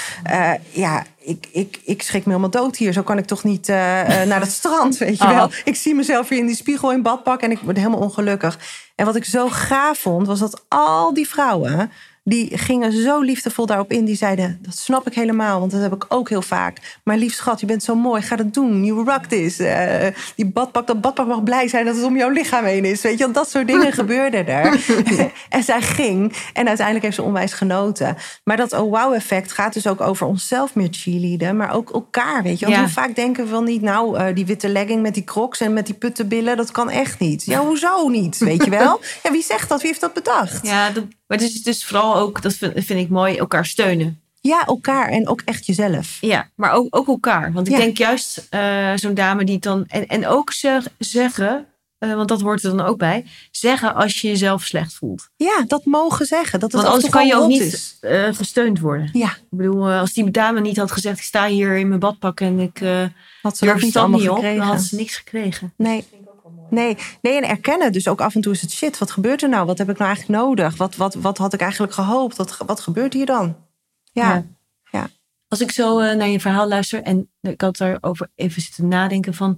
Ik schrik me helemaal dood hier. Zo kan ik toch niet naar het strand, weet je wel. Ik zie mezelf weer in die spiegel in badpak en ik word helemaal ongelukkig. En wat ik zo gaaf vond, was dat al die vrouwen... die gingen zo liefdevol daarop in. Die zeiden, dat snap ik helemaal, want dat heb ik ook heel vaak. Maar lief schat, je bent zo mooi, ga dat doen. You rock this. Dat badpak mag blij zijn dat het om jouw lichaam heen is. Weet je, want dat soort dingen gebeurden er. En zij ging. En uiteindelijk heeft ze onwijs genoten. Maar dat oh wow effect gaat dus ook over onszelf meer cheerleaden. Maar ook elkaar, weet je. Want hoe vaak denken we wel niet... die witte legging met die crocs en met die puttenbillen... dat kan echt niet. Ja, hoezo niet? Weet je wel? Ja, wie zegt dat? Wie heeft dat bedacht? Ja, maar het is dus vooral ook, dat vind ik mooi, elkaar steunen. Ja, elkaar en ook echt jezelf. Ja, maar ook elkaar. Want ik denk juist zo'n dame die het dan... En ook zeggen, want dat hoort er dan ook bij... zeggen als je jezelf slecht voelt. Ja, dat mogen zeggen. Dat het want anders kan je ook niet is. Gesteund worden. Ja. Ik bedoel, als die dame niet had gezegd... ik sta hier in mijn badpak en ik had ze durf niet allemaal niet op... gekregen. dan had ze niks gekregen. Nee, en erkennen. Dus ook af en toe is het shit. Wat gebeurt er nou? Wat heb ik nou eigenlijk nodig? Wat had ik eigenlijk gehoopt? Wat gebeurt hier dan? Ja. Als ik zo naar je verhaal luister... en ik had daarover even zitten nadenken van...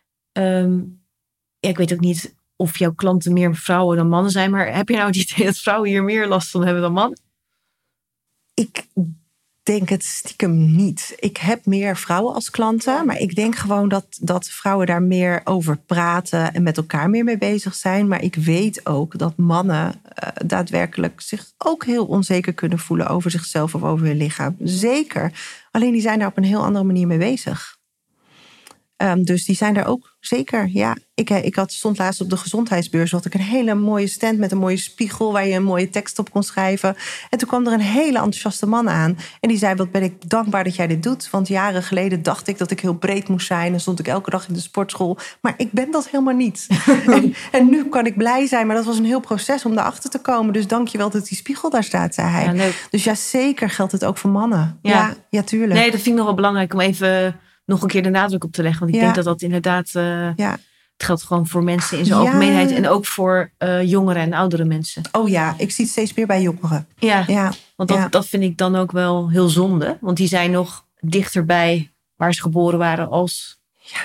ik weet ook niet of jouw klanten meer vrouwen dan mannen zijn... maar heb je nou het idee dat vrouwen hier meer last van hebben dan mannen? Ik denk het stiekem niet. Ik heb meer vrouwen als klanten. Maar ik denk gewoon dat vrouwen daar meer over praten... en met elkaar meer mee bezig zijn. Maar ik weet ook dat mannen daadwerkelijk zich ook heel onzeker kunnen voelen... over zichzelf of over hun lichaam. Zeker. Alleen die zijn daar op een heel andere manier mee bezig. Dus die zijn daar ook zeker, ja. Ik stond laatst op de gezondheidsbeurs... had ik een hele mooie stand met een mooie spiegel... waar je een mooie tekst op kon schrijven. En toen kwam er een hele enthousiaste man aan. En die zei, wat ben ik dankbaar dat jij dit doet. Want jaren geleden dacht ik dat ik heel breed moest zijn... en stond ik elke dag in de sportschool. Maar ik ben dat helemaal niet. en nu kan ik blij zijn. Maar dat was een heel proces om daarachter te komen. Dus dank je wel dat die spiegel daar staat, zei hij. Ja, leuk. Dus ja, zeker geldt het ook voor mannen. Ja, tuurlijk. Nee, dat vind ik nog wel belangrijk om even... nog een keer de nadruk op te leggen. Want ik denk dat inderdaad... het geldt gewoon voor mensen in zijn algemeenheid. En ook voor jongere en oudere mensen. Oh ja, ik zie het steeds meer bij jongeren. Ja. Want dat vind ik dan ook wel heel zonde. Want die zijn nog dichterbij waar ze geboren waren als...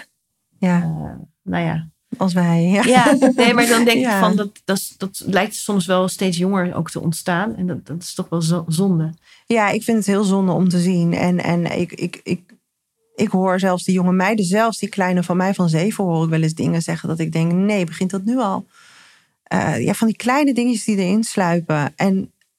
Als wij. Ja, nee, maar dan denk ik van... Dat lijkt soms wel steeds jonger ook te ontstaan. En dat is toch wel zonde. Ja, ik vind het heel zonde om te zien. En ik hoor zelfs die jonge meiden, zelfs die kleine van mij van 7... hoor ik wel eens dingen zeggen dat ik denk... nee, begint dat nu al? Van die kleine dingetjes die erin sluipen. En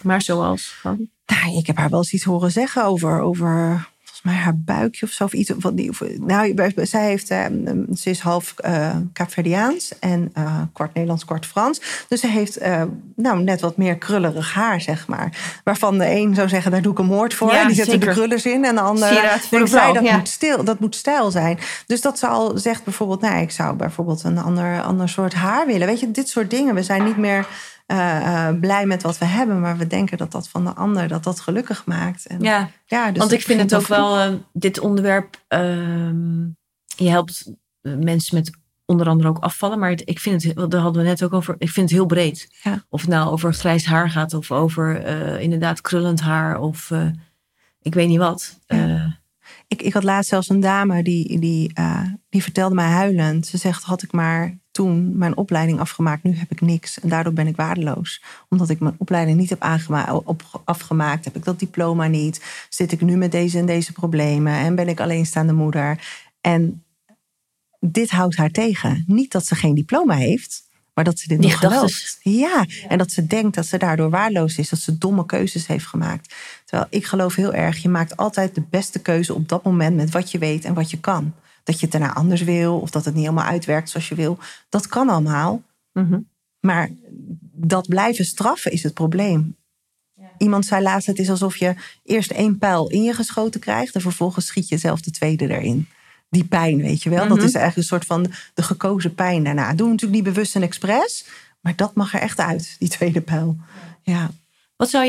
Maar zoals? Nou, ik heb haar wel eens iets horen zeggen over volgens mij haar buikje of zo. Of iets, zij heeft, ze is half Kaapverdiaans en kwart Nederlands, kwart Frans. Dus ze heeft net wat meer krullerig haar, zeg maar. Waarvan de een zou zeggen, daar doe ik een moord voor. Ja, die zetten zeker de krullers in. En de ander denkt, dat moet stijl zijn. Dus dat ze al zegt bijvoorbeeld, ik zou bijvoorbeeld een ander soort haar willen. Weet je, dit soort dingen. We zijn niet meer blij met wat we hebben, maar we denken dat van de ander dat gelukkig maakt. En, dus want ik vind het ook wel, dit onderwerp, je helpt mensen met onder andere ook afvallen, maar ik vind het, daar hadden we net ook over, ik vind het heel breed. Ja. Of het nou over grijs haar gaat, of over inderdaad krullend haar, of ik weet niet wat. Ja. Ik had laatst zelfs een dame die vertelde mij huilend. Ze zegt, had ik maar toen mijn opleiding afgemaakt, nu heb ik niks. En daardoor ben ik waardeloos. Omdat ik mijn opleiding niet heb afgemaakt, heb ik dat diploma niet. Zit ik nu met deze en deze problemen en ben ik alleenstaande moeder. En dit houdt haar tegen. Niet dat ze geen diploma heeft, maar dat ze dit nog gelooft. Ja, en dat ze denkt dat ze daardoor waardeloos is. Dat ze domme keuzes heeft gemaakt. Terwijl ik geloof heel erg, je maakt altijd de beste keuze op dat moment met wat je weet en wat je kan. Dat je het daarna anders wil of dat het niet helemaal uitwerkt zoals je wil. Dat kan allemaal. Mm-hmm. Maar dat blijven straffen is het probleem. Ja. Iemand zei laatst, het is alsof je eerst 1 pijl in je geschoten krijgt en vervolgens schiet je zelf de tweede erin. Die pijn, weet je wel. Mm-hmm. Dat is eigenlijk een soort van de gekozen pijn daarna. Doe natuurlijk niet bewust en expres, maar dat mag er echt uit, die tweede pijl. Ja. Wat zou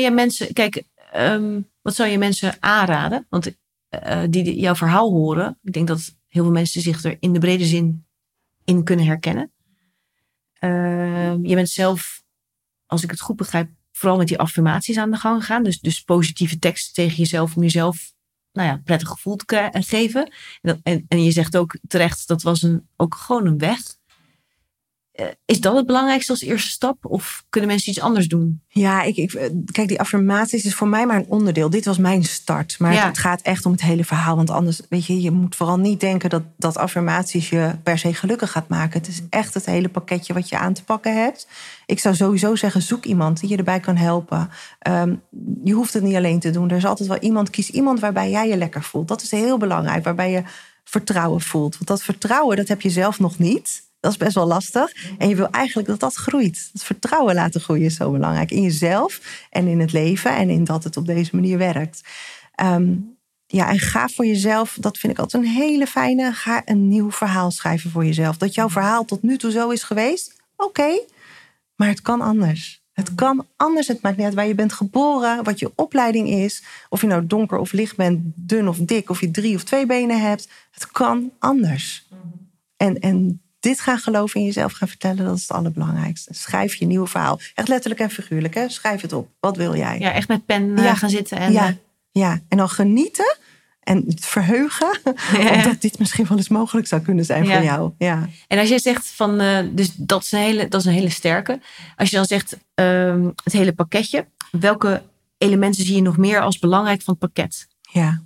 je mensen aanraden? Want die jouw verhaal horen, ik denk dat heel veel mensen zich er in de brede zin in kunnen herkennen. Je bent zelf, als ik het goed begrijp, vooral met die affirmaties aan de gang gegaan. Dus positieve teksten tegen jezelf om jezelf prettig gevoel te geven. En je zegt ook terecht, dat was ook gewoon een weg. Is dat het belangrijkste als eerste stap? Of kunnen mensen iets anders doen? Ja, kijk, die affirmaties is voor mij maar een onderdeel. Dit was mijn start. Maar het gaat echt om het hele verhaal. Want anders, weet je moet vooral niet denken dat affirmaties je per se gelukkig gaat maken. Het is echt het hele pakketje wat je aan te pakken hebt. Ik zou sowieso zeggen, zoek iemand die je erbij kan helpen. Je hoeft het niet alleen te doen. Er is altijd wel iemand. Kies iemand waarbij jij je lekker voelt. Dat is heel belangrijk. Waarbij je vertrouwen voelt. Want dat vertrouwen, dat heb je zelf nog niet. Dat is best wel lastig. En je wil eigenlijk dat groeit. Dat vertrouwen laten groeien is zo belangrijk. In jezelf en in het leven. En in dat het op deze manier werkt. En ga voor jezelf. Dat vind ik altijd een hele fijne. Ga een nieuw verhaal schrijven voor jezelf. Dat jouw verhaal tot nu toe zo is geweest. Oké. Maar het kan anders. Het kan anders. Het maakt niet uit waar je bent geboren. Wat je opleiding is. Of je nou donker of licht bent. Dun of dik. Of je 3 of 2 benen hebt. Het kan anders. En dit gaan geloven in jezelf gaan vertellen, dat is het allerbelangrijkste. Schrijf je nieuwe verhaal. Echt letterlijk en figuurlijk. Hè? Schrijf het op. Wat wil jij? Ja, echt met pen gaan zitten. En, en dan genieten en het verheugen. Omdat dit misschien wel eens mogelijk zou kunnen zijn voor jou. Ja. En als jij zegt van, dus dat is een hele sterke. Als je dan zegt het hele pakketje. Welke elementen zie je nog meer als belangrijk van het pakket? Ja.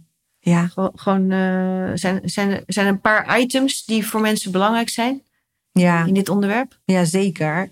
Zijn er een paar items die voor mensen belangrijk zijn? Ja. In dit onderwerp? Ja, zeker.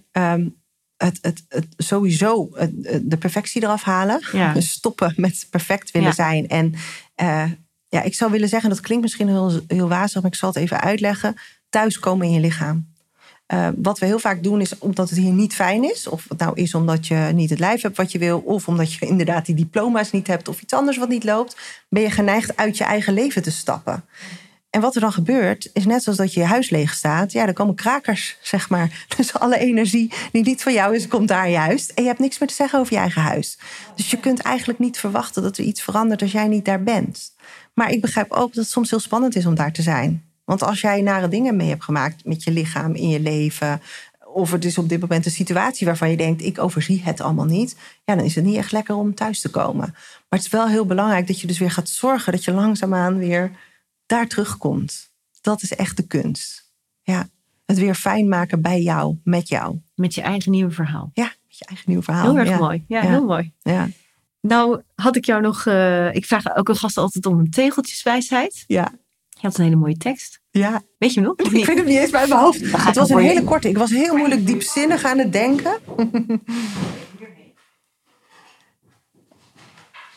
Sowieso de perfectie eraf halen. Ja. Dus stoppen met perfect willen zijn. En ik zou willen zeggen, dat klinkt misschien heel wazig, maar ik zal het even uitleggen. Thuiskomen in je lichaam. Wat we heel vaak doen is omdat het hier niet fijn is. Of het nou is omdat je niet het lijf hebt wat je wil. Of omdat je inderdaad die diploma's niet hebt. Of iets anders wat niet loopt. Ben je geneigd uit je eigen leven te stappen. En wat er dan gebeurt, is net zoals dat je huis leeg staat. Ja, dan komen krakers, zeg maar. Dus alle energie die niet van jou is, komt daar juist. En je hebt niks meer te zeggen over je eigen huis. Dus je kunt eigenlijk niet verwachten dat er iets verandert als jij niet daar bent. Maar ik begrijp ook dat het soms heel spannend is om daar te zijn. Want als jij nare dingen mee hebt gemaakt met je lichaam, in je leven. Of het is op dit moment een situatie waarvan je denkt, ik overzie het allemaal niet. Ja, dan is het niet echt lekker om thuis te komen. Maar het is wel heel belangrijk dat je dus weer gaat zorgen dat je langzaamaan weer daar terugkomt. Dat is echt de kunst. Ja, het weer fijn maken bij jou, met jou. Met je eigen nieuwe verhaal. Ja, met je eigen nieuwe verhaal. Heel erg mooi. Ja, heel mooi. Ja. Nou, had ik jou nog... ik vraag ook een gast altijd om een tegeltjeswijsheid. Ja. Je had een hele mooie tekst. Ja. Weet je hem nog? Ik vind het niet eens bij mijn hoofd. Het was een hele korte. Ik was heel moeilijk diepzinnig aan het denken.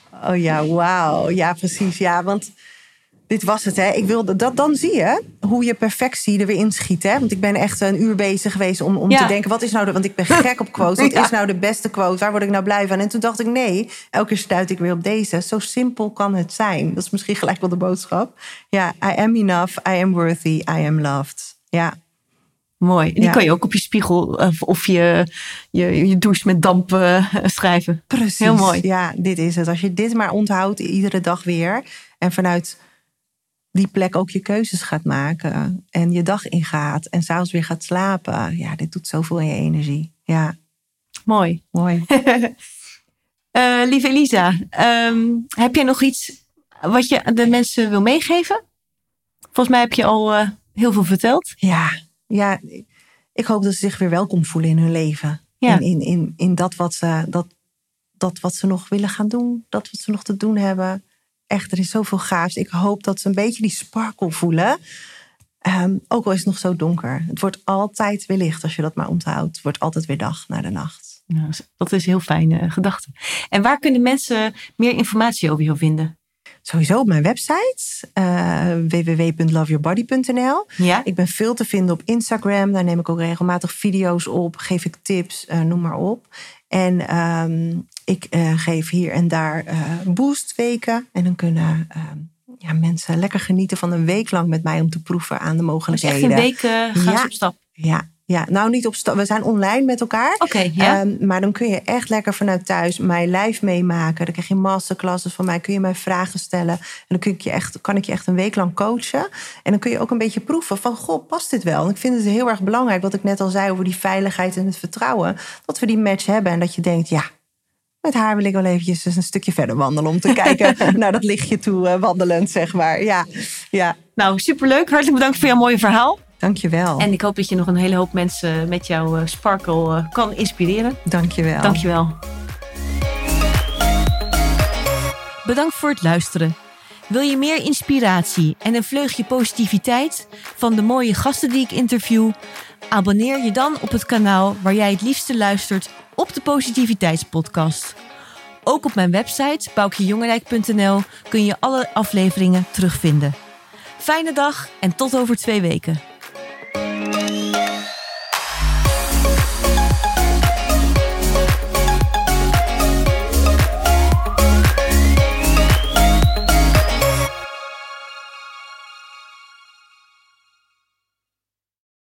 Oh ja, wauw. Ja, precies. Ja, want dit was het, hè. Ik wilde dat, dan zie je hoe je perfectie er weer inschiet, hè. Want ik ben echt een uur bezig geweest om te denken, wat is nou want ik ben gek op quotes. Wat is nou de beste quote? Waar word ik nou blij van? En toen dacht ik, nee, elke keer stuit ik weer op deze. Zo simpel kan het zijn. Dat is misschien gelijk wel de boodschap. Ja, I am enough, I am worthy, I am loved. Ja. Mooi. Die kan je ook op je spiegel of je douche met damp schrijven. Precies. Heel mooi. Ja, dit is het. Als je dit maar onthoudt iedere dag weer en vanuit die plek ook je keuzes gaat maken en je dag ingaat en 's avonds weer gaat slapen. Ja, dit doet zoveel in je energie. Ja. Mooi. Lieve Elisa, heb jij nog iets wat je aan de mensen wil meegeven? Volgens mij heb je al heel veel verteld. Ja, ik hoop dat ze zich weer welkom voelen in hun leven. Ja. In dat wat ze nog willen gaan doen. Dat wat ze nog te doen hebben. Echt, er is zoveel gaafs. Ik hoop dat ze een beetje die sparkle voelen. Ook al is het nog zo donker. Het wordt altijd weer licht als je dat maar onthoudt. Het wordt altijd weer dag na de nacht. Nou, dat is een heel fijne gedachte. En waar kunnen mensen meer informatie over jou vinden? Sowieso op mijn website, www.loveyourbody.nl. Ja? Ik ben veel te vinden op Instagram. Daar neem ik ook regelmatig video's op. Geef ik tips, noem maar op. En ik geef hier en daar boostweken. En dan kunnen mensen lekker genieten van een week lang met mij om te proeven aan de mogelijkheden. Dus echt een week gaan ze op stap? Ja, nou niet op stap. We zijn online met elkaar. Oké. Maar dan kun je echt lekker vanuit thuis mijn live meemaken. Dan krijg je masterclasses van mij. Kun je mij vragen stellen. En dan kan ik je echt een week lang coachen. En dan kun je ook een beetje proeven van, goh, past dit wel? En ik vind het heel erg belangrijk, wat ik net al zei over die veiligheid en het vertrouwen. Dat we die match hebben en dat je denkt, ja, met haar wil ik wel eventjes een stukje verder wandelen om te kijken naar dat lichtje toe wandelend, zeg maar. Ja. Nou, superleuk. Hartelijk bedankt voor jouw mooie verhaal. Dankjewel. En ik hoop dat je nog een hele hoop mensen met jouw sparkle kan inspireren. Dankjewel. Bedankt voor het luisteren. Wil je meer inspiratie en een vleugje positiviteit van de mooie gasten die ik interview? Abonneer je dan op het kanaal waar jij het liefste luistert op de Positiviteitspodcast. Ook op mijn website boukjejongerijk.nl kun je alle afleveringen terugvinden. Fijne dag en tot over 2 weken.